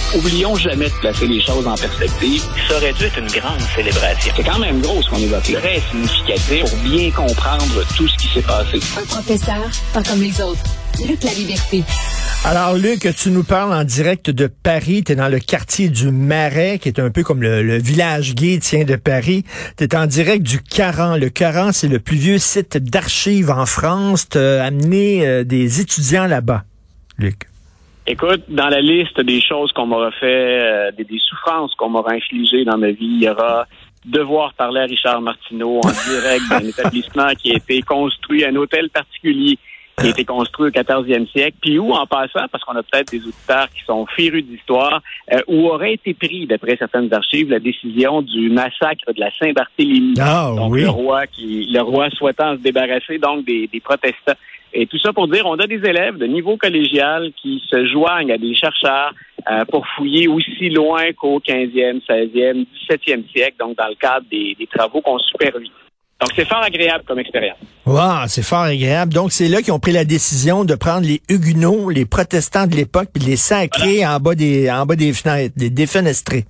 Oublions jamais de placer les choses en perspective. Ça aurait dû être une grande célébration. C'est quand même gros ce qu'on évoque. Très significatif pour bien comprendre tout ce qui s'est passé. Un professeur, pas comme les autres. Luc La Liberté. Alors, Luc, tu nous parles en direct de Paris. Tu es dans le quartier du Marais, qui est un peu comme le village gay, de Paris. Tu es en direct du Caran. Le Caran, c'est le plus vieux site d'archives en France. Tu as amené des étudiants là-bas, Luc. Écoute, dans la liste des choses qu'on m'aura fait, des souffrances qu'on m'aura infligées dans ma vie, il y aura devoir parler à Richard Martineau en direct d'un établissement qui a été construit, un hôtel particulier qui a été construit au 14e siècle, puis où, en passant, parce qu'on a peut-être des auditeurs qui sont férus d'histoire, où aurait été pris, d'après certaines archives, la décision du massacre de la Saint-Barthélemy. Donc, oui. le roi souhaitant se débarrasser donc des protestants. Et tout ça pour dire, on a des élèves de niveau collégial qui se joignent à des chercheurs pour fouiller aussi loin qu'au 15e, 16e, 17e siècle, donc dans le cadre des travaux qu'on supervise. Donc, c'est fort agréable comme expérience. Wow, c'est fort agréable. Donc, c'est là qu'ils ont pris la décision de prendre les Huguenots, les protestants de l'époque, puis de les sacrer en bas des fenêtres, des défenestrés.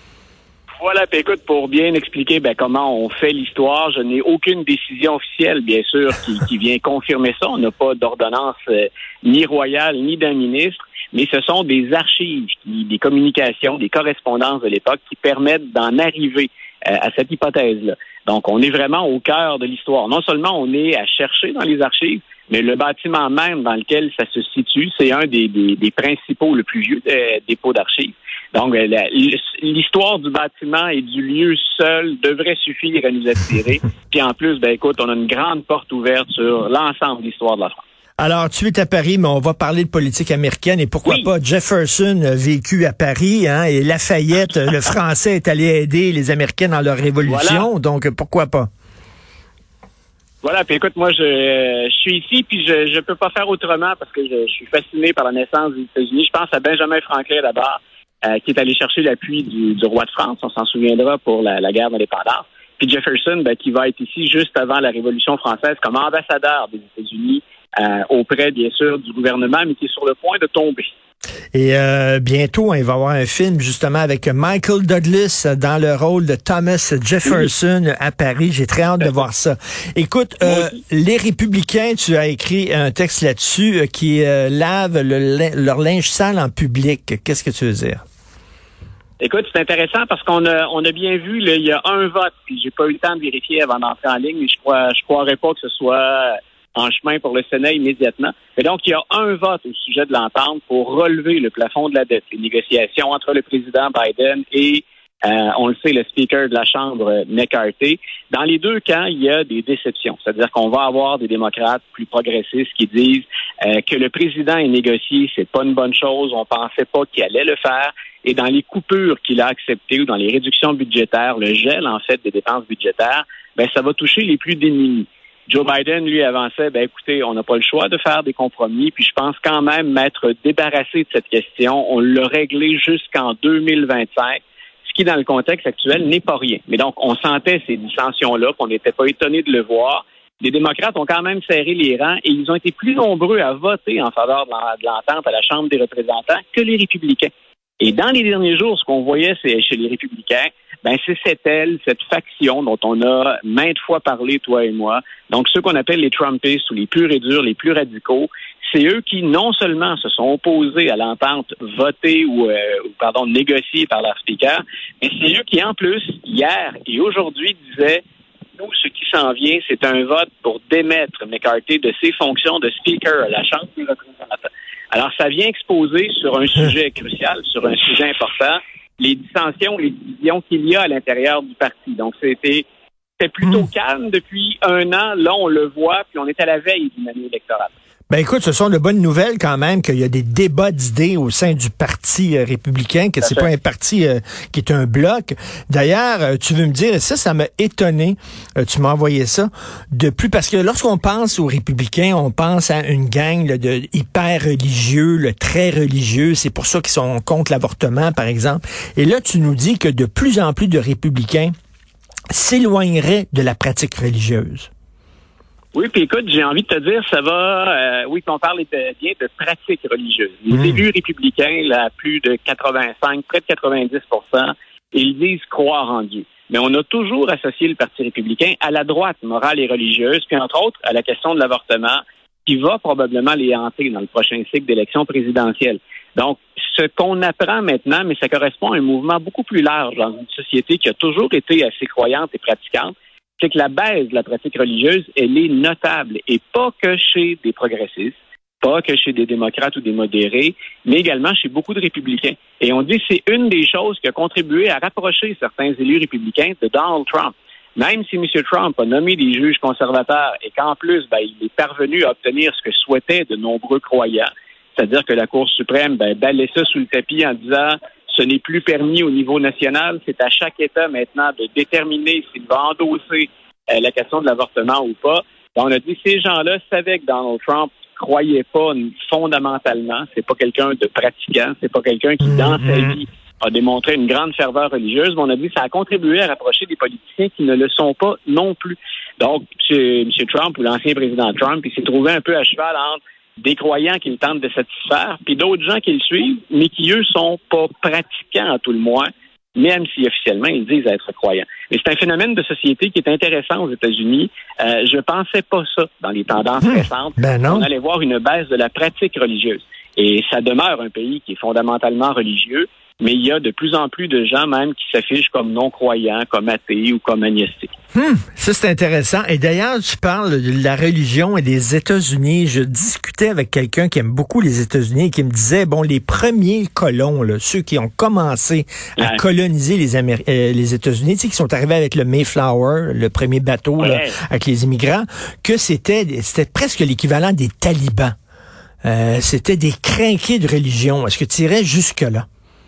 Voilà, puis écoute, pour bien expliquer comment on fait l'histoire, je n'ai aucune décision officielle, bien sûr, qui vient confirmer ça. On n'a pas d'ordonnance ni royale, ni d'un ministre, mais ce sont des archives, des communications, des correspondances de l'époque qui permettent d'en arriver à cette hypothèse-là. Donc, on est vraiment au cœur de l'histoire. Non seulement on est à chercher dans les archives, mais le bâtiment même dans lequel ça se situe, c'est un des principaux, le plus vieux dépôts d'archives. Donc, l'histoire du bâtiment et du lieu seul devrait suffire à nous attirer. Puis en plus, écoute, on a une grande porte ouverte sur l'ensemble de l'histoire de la France. Alors, tu es à Paris, mais on va parler de politique américaine et pourquoi pas Jefferson a vécu à Paris, et Lafayette, le Français est allé aider les Américains dans leur révolution, donc pourquoi pas? Voilà, puis écoute, moi je suis ici, puis je peux pas faire autrement parce que je suis fasciné par la naissance des États-Unis. Je pense à Benjamin Franklin d'abord, qui est allé chercher l'appui du roi de France, on s'en souviendra pour la guerre d'indépendance. Puis Jefferson, qui va être ici juste avant la Révolution française comme ambassadeur des États-Unis auprès, bien sûr, du gouvernement, mais qui est sur le point de tomber. Et bientôt, il va y avoir un film justement avec Michael Douglas dans le rôle de Thomas Jefferson à Paris. J'ai très hâte de voir ça. Écoute, les Républicains, tu as écrit un texte là-dessus qui lavent leur linge sale en public. Qu'est-ce que tu veux dire? Écoute, c'est intéressant parce qu'on a bien vu, là, il y a un vote, puis j'ai pas eu le temps de vérifier avant d'entrer en ligne, mais je croirais pas que ce soit en chemin pour le Sénat immédiatement. Et donc, il y a un vote au sujet de l'entente pour relever le plafond de la dette. Les négociations entre le président Biden et, on le sait, le speaker de la Chambre, McCarthy. Dans les deux camps, il y a des déceptions. C'est-à-dire qu'on va avoir des démocrates plus progressistes qui disent que le président ait négocié, c'est pas une bonne chose, on pensait pas qu'il allait le faire. Et dans les coupures qu'il a acceptées ou dans les réductions budgétaires, le gel, en fait, des dépenses budgétaires, ça va toucher les plus démunis. Joe Biden, lui, avançait, écoutez, on n'a pas le choix de faire des compromis, puis je pense quand même m'être débarrassé de cette question. On l'a réglé jusqu'en 2025, ce qui, dans le contexte actuel, n'est pas rien. Mais donc, on sentait ces dissensions-là, qu'on n'était pas étonné de le voir. Les démocrates ont quand même serré les rangs et ils ont été plus nombreux à voter en faveur de l'entente à la Chambre des représentants que les républicains. Et dans les derniers jours, ce qu'on voyait chez les républicains, c'est cette faction dont on a maintes fois parlé, toi et moi. Donc, ceux qu'on appelle les Trumpistes ou les purs et durs, les plus radicaux, c'est eux qui non seulement se sont opposés à l'entente votée ou négociée par leur speaker, mais c'est eux qui, en plus, hier et aujourd'hui, disaient nous, ce qui s'en vient, c'est un vote pour démettre McCarthy de ses fonctions de speaker à la Chambre des représentants. Alors, ça vient exposer sur un sujet crucial, sur un sujet important, les dissensions, les divisions qu'il y a à l'intérieur du parti. Donc, c'était plutôt calme depuis un an. Là, on le voit, puis on est à la veille d'une année électorale. Écoute, ce sont de bonnes nouvelles quand même qu'il y a des débats d'idées au sein du parti républicain, que c'est pas un parti qui est un bloc. D'ailleurs, tu veux me dire, et ça m'a étonné, tu m'as envoyé ça, parce que lorsqu'on pense aux républicains, on pense à une gang de hyper religieux, très religieux, c'est pour ça qu'ils sont contre l'avortement, par exemple. Et là, tu nous dis que de plus en plus de républicains s'éloigneraient de la pratique religieuse. Oui, puis écoute, j'ai envie de te dire, ça va, oui, qu'on parle bien de pratiques religieuses. Les élus républicains, là, plus de 85, près de 90%, ils disent croire en Dieu. Mais on a toujours associé le Parti républicain à la droite morale et religieuse, puis entre autres à la question de l'avortement, qui va probablement les hanter dans le prochain cycle d'élection présidentielle. Donc, ce qu'on apprend maintenant, mais ça correspond à un mouvement beaucoup plus large dans une société qui a toujours été assez croyante et pratiquante, c'est que la baisse de la pratique religieuse, elle est notable, et pas que chez des progressistes, pas que chez des démocrates ou des modérés, mais également chez beaucoup de républicains. Et on dit que c'est une des choses qui a contribué à rapprocher certains élus républicains de Donald Trump. Même si M. Trump a nommé des juges conservateurs et qu'en plus, il est parvenu à obtenir ce que souhaitaient de nombreux croyants, c'est-à-dire que la Cour suprême balayait ça sous le tapis en disant ce n'est plus permis au niveau national, c'est à chaque État maintenant de déterminer s'il va endosser la question de l'avortement ou pas. On a dit ces gens-là savaient que Donald Trump croyait pas fondamentalement, c'est pas quelqu'un de pratiquant, c'est pas quelqu'un qui dans sa vie a démontré une grande ferveur religieuse, mais on a dit que ça a contribué à rapprocher des politiciens qui ne le sont pas non plus. Donc, M. Trump ou l'ancien président Trump, il s'est trouvé un peu à cheval entre des croyants qu'il tente de satisfaire, puis d'autres gens qui le suivent, mais qui, eux, sont pas pratiquants à tout le moins, même si officiellement, ils disent être croyants. Mais c'est un phénomène de société qui est intéressant aux États-Unis. Je pensais pas ça dans les tendances récentes. On allait voir une baisse de la pratique religieuse. Et ça demeure un pays qui est fondamentalement religieux, mais il y a de plus en plus de gens même qui s'affichent comme non-croyants, comme athées ou comme agnostiques. Ça, c'est intéressant. Et d'ailleurs, tu parles de la religion et des États-Unis. Je discutais avec quelqu'un qui aime beaucoup les États-Unis et qui me disait, les premiers colons, là, ceux qui ont commencé à coloniser les États-Unis, tu sais, qui sont arrivés avec le Mayflower, le premier bateau là, avec les immigrants, que c'était presque l'équivalent des talibans. C'était des crinqués de religion. Est-ce que tu irais jusque-là?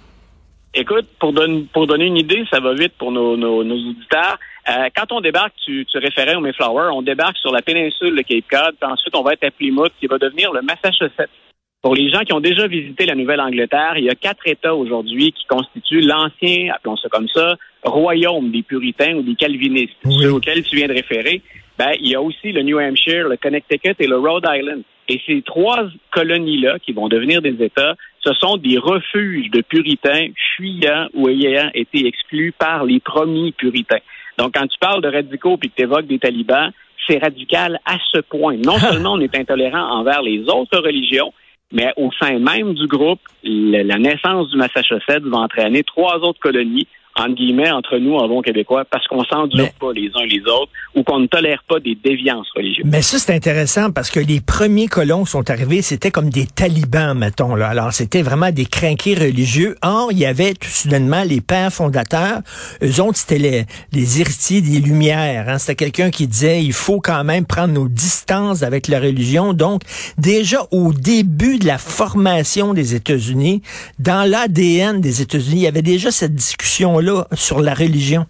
Écoute, pour donner une idée, ça va vite pour nos auditeurs. Quand on débarque, tu référais au Mayflower, on débarque sur la péninsule de Cape Cod, puis ensuite on va être à Plymouth, qui va devenir le Massachusetts. Pour les gens qui ont déjà visité la Nouvelle-Angleterre, il y a 4 États aujourd'hui qui constituent l'ancien, appelons ça comme ça, royaume des puritains ou des calvinistes, ceux auxquels tu viens de référer. Il y a aussi le New Hampshire, le Connecticut et le Rhode Island. Et ces 3 colonies-là, qui vont devenir des États, ce sont des refuges de puritains fuyant ou ayant été exclus par les premiers puritains. Donc, quand tu parles de radicaux puis que tu évoques des talibans, c'est radical à ce point. Non seulement on est intolérant envers les autres religions, mais au sein même du groupe, la naissance du Massachusetts va entraîner 3 autres colonies, entre guillemets, entre nous, en bon québécois, parce qu'on s'endure pas les uns les autres ou qu'on ne tolère pas des déviances religieuses. Mais ça, c'est intéressant parce que les premiers colons qui sont arrivés, c'était comme des talibans, mettons, là. Alors, c'était vraiment des crinqués religieux. Or, il y avait tout soudainement les pères fondateurs. Eux autres, c'était les héritiers des Lumières. C'était quelqu'un qui disait, il faut quand même prendre nos distances avec la religion. Donc, déjà au début de la formation des États-Unis, dans l'ADN des États-Unis, il y avait déjà cette discussion-là sur la religion.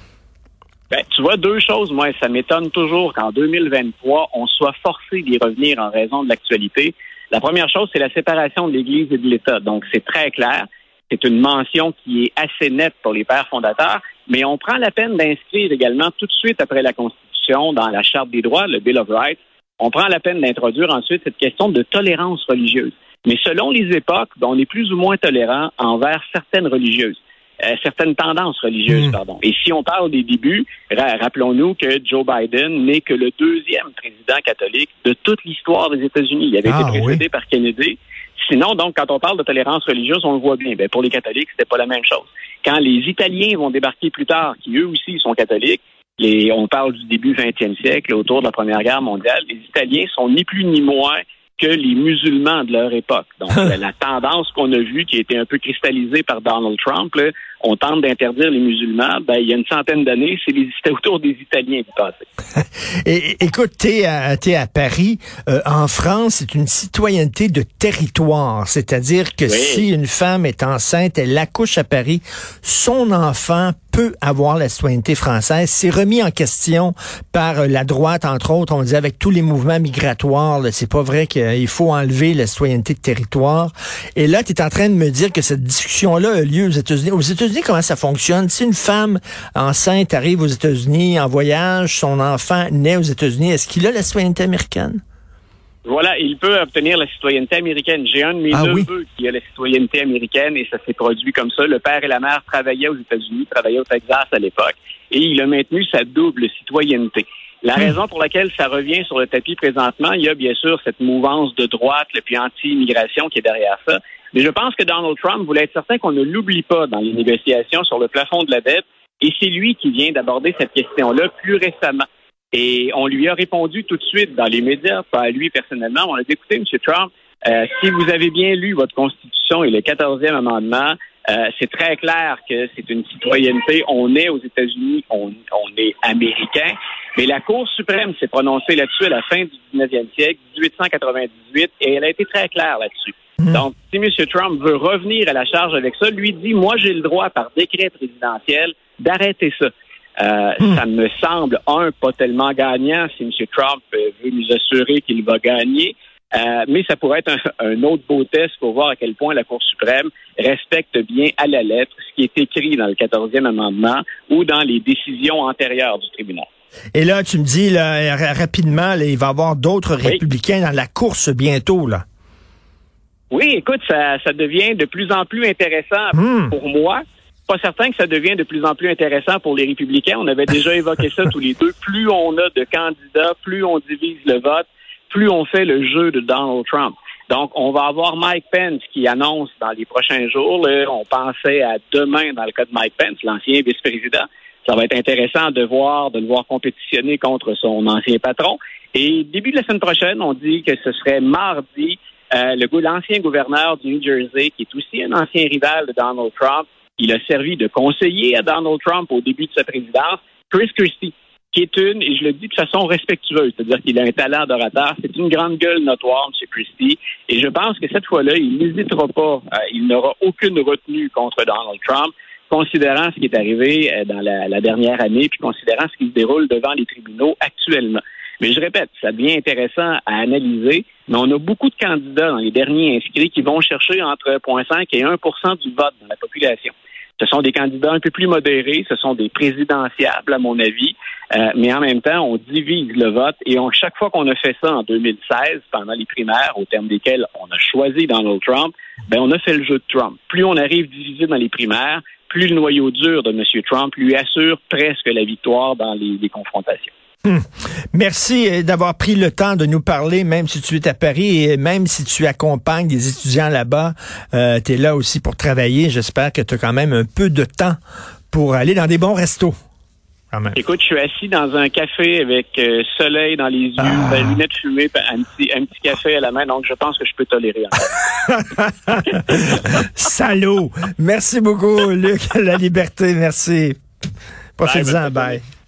Tu vois, 2 choses, moi, ça m'étonne toujours qu'en 2023, on soit forcé d'y revenir en raison de l'actualité. La première chose, c'est la séparation de l'Église et de l'État. Donc, c'est très clair. C'est une mention qui est assez nette pour les pères fondateurs, mais on prend la peine d'inscrire également tout de suite après la Constitution, dans la Charte des droits, le Bill of Rights, on prend la peine d'introduire ensuite cette question de tolérance religieuse. Mais selon les époques, on est plus ou moins tolérant envers certaines religieuses. Certaines tendances religieuses, pardon. Et si on parle des débuts, rappelons-nous que Joe Biden n'est que le 2e président catholique de toute l'histoire des États-Unis. Il avait été précédé par Kennedy. Sinon, donc, quand on parle de tolérance religieuse, on le voit bien. Pour les catholiques, c'était pas la même chose. Quand les Italiens vont débarquer plus tard, qui eux aussi sont catholiques, on parle du début 20e siècle, autour de la Première Guerre mondiale, les Italiens sont ni plus ni moins que les musulmans de leur époque. Donc, la tendance qu'on a vue, qui a été un peu cristallisée par Donald Trump, là, on tente d'interdire les musulmans. Il y a une centaine d'années, c'était autour des Italiens du passé. Écoute, t'es à Paris. En France, c'est une citoyenneté de territoire. C'est-à-dire que si une femme est enceinte, elle accouche à Paris, son enfant peut avoir la citoyenneté française. C'est remis en question par la droite, entre autres. On dit avec tous les mouvements migratoires, là, c'est pas vrai qu'il faut enlever la citoyenneté de territoire. Et là, tu es en train de me dire que cette discussion-là a lieu aux États-Unis. Aux États-Unis, États-Unis, comment ça fonctionne? Si une femme enceinte arrive aux États-Unis en voyage, son enfant naît aux États-Unis, est-ce qu'il a la citoyenneté américaine? Voilà, il peut obtenir la citoyenneté américaine. J'ai un de mes neveux qui a la citoyenneté américaine et ça s'est produit comme ça. Le père et la mère travaillaient aux États-Unis, travaillaient au Texas à l'époque, et il a maintenu sa double citoyenneté. La raison pour laquelle ça revient sur le tapis présentement, il y a bien sûr cette mouvance de droite, puis anti-immigration qui est derrière ça. Mais je pense que Donald Trump voulait être certain qu'on ne l'oublie pas dans les négociations sur le plafond de la dette, et c'est lui qui vient d'aborder cette question-là plus récemment. Et on lui a répondu tout de suite dans les médias, pas à lui personnellement. On a dit, écoutez, M. Trump, si vous avez bien lu votre Constitution et le 14e amendement, c'est très clair que c'est une citoyenneté. On est aux États-Unis, on est américain. Mais la Cour suprême s'est prononcée là-dessus à la fin du 19e siècle, 1898, et elle a été très claire là-dessus. Donc, si M. Trump veut revenir à la charge avec ça, lui dit, moi, j'ai le droit par décret présidentiel d'arrêter ça. Ça me semble, pas tellement gagnant si M. Trump veut nous assurer qu'il va gagner, mais ça pourrait être un autre beau test pour voir à quel point la Cour suprême respecte bien à la lettre ce qui est écrit dans le 14e amendement ou dans les décisions antérieures du tribunal. Et là, tu me dis là, rapidement, là, il va y avoir d'autres républicains dans la course bientôt, là. Oui, écoute, ça devient de plus en plus intéressant pour moi. Pas certain que ça devient de plus en plus intéressant pour les républicains. On avait déjà évoqué ça tous les deux. Plus on a de candidats, plus on divise le vote, plus on fait le jeu de Donald Trump. Donc, on va avoir Mike Pence qui annonce dans les prochains jours, là, on pensait à demain dans le cas de Mike Pence, l'ancien vice-président. Ça va être intéressant de le voir compétitionner contre son ancien patron. Et début de la semaine prochaine, on dit que ce serait mardi, l'ancien gouverneur du New Jersey, qui est aussi un ancien rival de Donald Trump, il a servi de conseiller à Donald Trump au début de sa présidence, Chris Christie, qui est et je le dis de façon respectueuse, c'est-à-dire qu'il a un talent d'orateur, c'est une grande gueule notoire, M. Christie, et je pense que cette fois-là, il n'hésitera pas, il n'aura aucune retenue contre Donald Trump, considérant ce qui est arrivé dans la dernière année, puis considérant ce qui se déroule devant les tribunaux actuellement. Mais je répète, ça devient intéressant à analyser, mais on a beaucoup de candidats dans les derniers inscrits qui vont chercher entre 0,5 et 1 % du vote dans la population. Ce sont des candidats un peu plus modérés, ce sont des présidentiables, à mon avis, mais en même temps, on divise le vote et chaque fois qu'on a fait ça en 2016, pendant les primaires, au terme desquelles on a choisi Donald Trump, on a fait le jeu de Trump. Plus on arrive divisé dans les primaires, plus le noyau dur de M. Trump lui assure presque la victoire dans les confrontations. Merci d'avoir pris le temps de nous parler, même si tu es à Paris et même si tu accompagnes des étudiants là-bas, tu es là aussi pour travailler. J'espère que tu as quand même un peu de temps pour aller dans des bons restos. Écoute, je suis assis dans un café avec soleil dans les yeux, lunettes fumées, un petit café à la main, donc je pense que je peux tolérer. Salaud! Merci beaucoup, Luc. La liberté, merci. Profitez-en, bye.